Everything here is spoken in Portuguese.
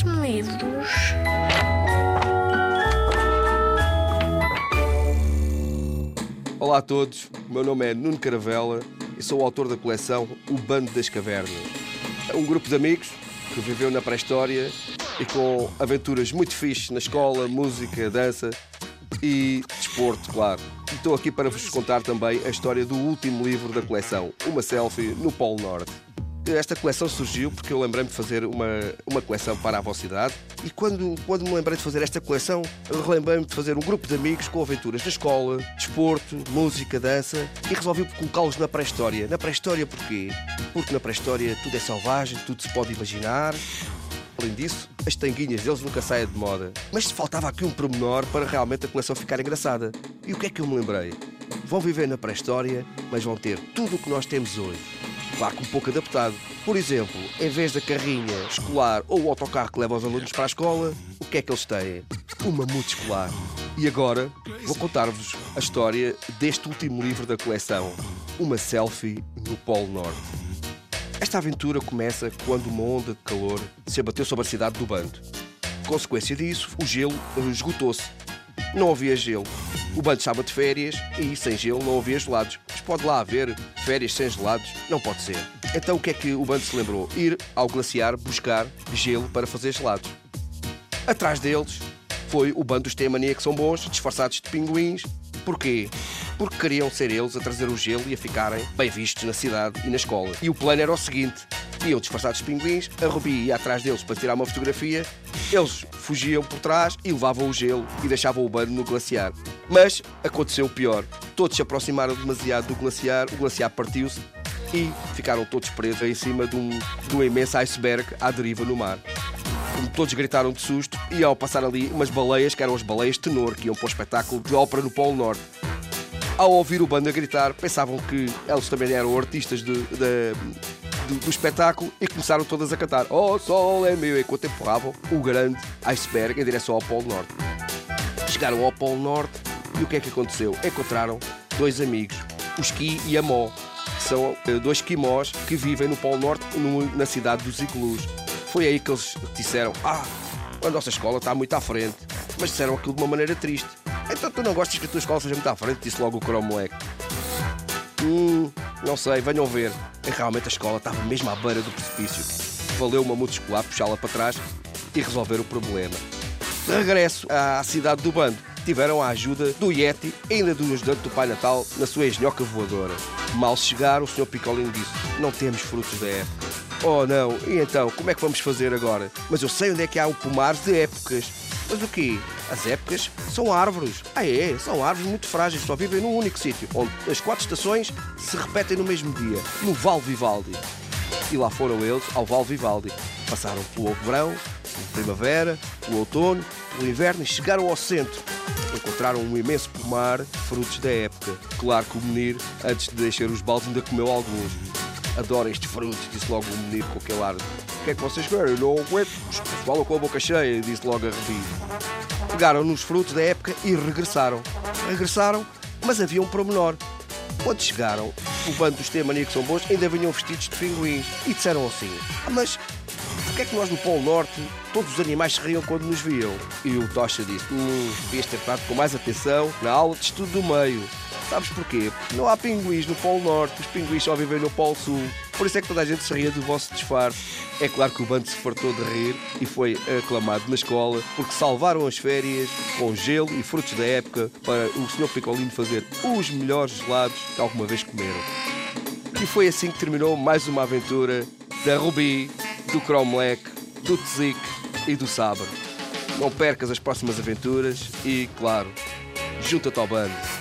Emprestas-me livros? Olá a todos, o meu nome é Nuno Caravela e sou o autor da coleção O Bando das Cavernas. É um grupo de amigos que viveu na pré-história e com aventuras muito fixes na escola, música, dança e desporto, claro. E estou aqui para vos contar também a história do último livro da coleção, Uma Selfie no Polo Norte. Esta coleção surgiu porque eu lembrei-me de fazer uma coleção para a vossa idade e quando me lembrei de fazer esta coleção, lembrei-me de fazer um grupo de amigos com aventuras na escola, desporto, música, dança e resolvi colocá-los na pré-história. Na pré-história porquê? Porque na pré-história tudo é selvagem, tudo se pode imaginar. Além disso, as tanguinhas deles nunca saem de moda. Mas faltava aqui um pormenor para realmente a coleção ficar engraçada. E o que é que eu me lembrei? Vão viver na pré-história, mas vão ter tudo o que nós temos hoje. Claro que um pouco adaptado. Por exemplo, em vez da carrinha escolar ou o autocarro que leva os alunos para a escola, o que é que eles têm? Uma mamute escolar. E agora vou contar-vos a história deste último livro da coleção, Uma Selfie no Polo Norte. Esta aventura começa quando uma onda de calor se abateu sobre a cidade do Bando. Consequência disso, o gelo esgotou-se. Não havia gelo. O Bando estava de férias e sem gelo não havia gelados. Mas pode lá haver férias sem gelados? Não pode ser. Então o que é que o Bando se lembrou? Ir ao glaciar buscar gelo para fazer gelados. Atrás deles foi o Bando dos T-Mania, que são bons, disfarçados de pinguins. Porquê? Porque queriam ser eles a trazer o gelo e a ficarem bem vistos na cidade e na escola. E o plano era o seguinte: iam disfarçados de pinguins, a Rubi ia atrás deles para tirar uma fotografia, eles fugiam por trás e levavam o gelo e deixavam o Bando no glaciar. Mas aconteceu o pior. Todos se aproximaram demasiado do glaciar, o glaciar partiu-se e ficaram todos presos em cima de um imenso iceberg à deriva no mar. Como todos gritaram de susto, e ao passar ali umas baleias, que eram as baleias tenor, que iam para o espetáculo de ópera no Polo Norte. Ao ouvir o Bando a gritar, pensavam que eles também eram artistas do espetáculo e começaram todas a cantar "Oh, sol é meu", enquanto empurravam o grande iceberg em direção ao Polo Norte. Chegaram ao Polo Norte e o que é que aconteceu? Encontraram dois amigos, o Ski e a Mó, que são dois esquimós que vivem no Polo Norte, na cidade dos Iglus. Foi aí que eles disseram: a nossa escola está muito à frente. Mas disseram aquilo de uma maneira triste. Então tu não gostas que a tua escola seja muito à frente? Disse logo o Cromoleque. Não sei, venham ver. E realmente a escola estava mesmo à beira do precipício. Valeu uma mamute escolar puxá-la para trás e resolver o problema. De regresso à cidade do Bando, tiveram a ajuda do Yeti e ainda do ajudante do Pai Natal na sua engenhoca voadora. Mal chegaram, o Sr. Picolino disse: não temos frutos da época. Oh não, e então, como é que vamos fazer agora? Mas eu sei onde é que há o pomar de épocas. Mas o quê? As épocas são árvores. São árvores muito frágeis, só vivem num único sítio, onde as 4 estações se repetem no mesmo dia, no Val Vivaldi. E lá foram eles ao Val Vivaldi. Passaram pelo verão, pela primavera, pelo outono, pelo inverno e chegaram ao centro. Encontraram um imenso pomar de frutos da época. Claro que o menino, antes de deixar os baldes, ainda comeu alguns. Adoro estes frutos, disse logo o menino com aquele ar. O que é que vocês querem? Eu não aguento. Falam com a boca cheia, disse logo a Rubi. Pegaram nos frutos da época e regressaram. Mas havia um pormenor. Quando chegaram, o Bando dos T-Mania, que são bons, ainda vinham vestidos de pinguins. E disseram assim: mas porquê é que nós no Polo Norte todos os animais se riam quando nos viam? E o Tocha disse: devias ter estado com mais atenção na aula de estudo do meio. Sabes porquê? Porque não há pinguins no Polo Norte, os pinguins só vivem no Polo Sul. Por isso é que toda a gente se ria do vosso disfarce. É claro que o Bando se fartou de rir e foi aclamado na escola porque salvaram as férias com gelo e frutos da época para o Sr. Picolino fazer os melhores gelados que alguma vez comeram. E foi assim que terminou mais uma aventura da Rubi, do Cromoleque, do Tzic e do Sabre. Não percas as próximas aventuras e, claro, junta-te ao Bando.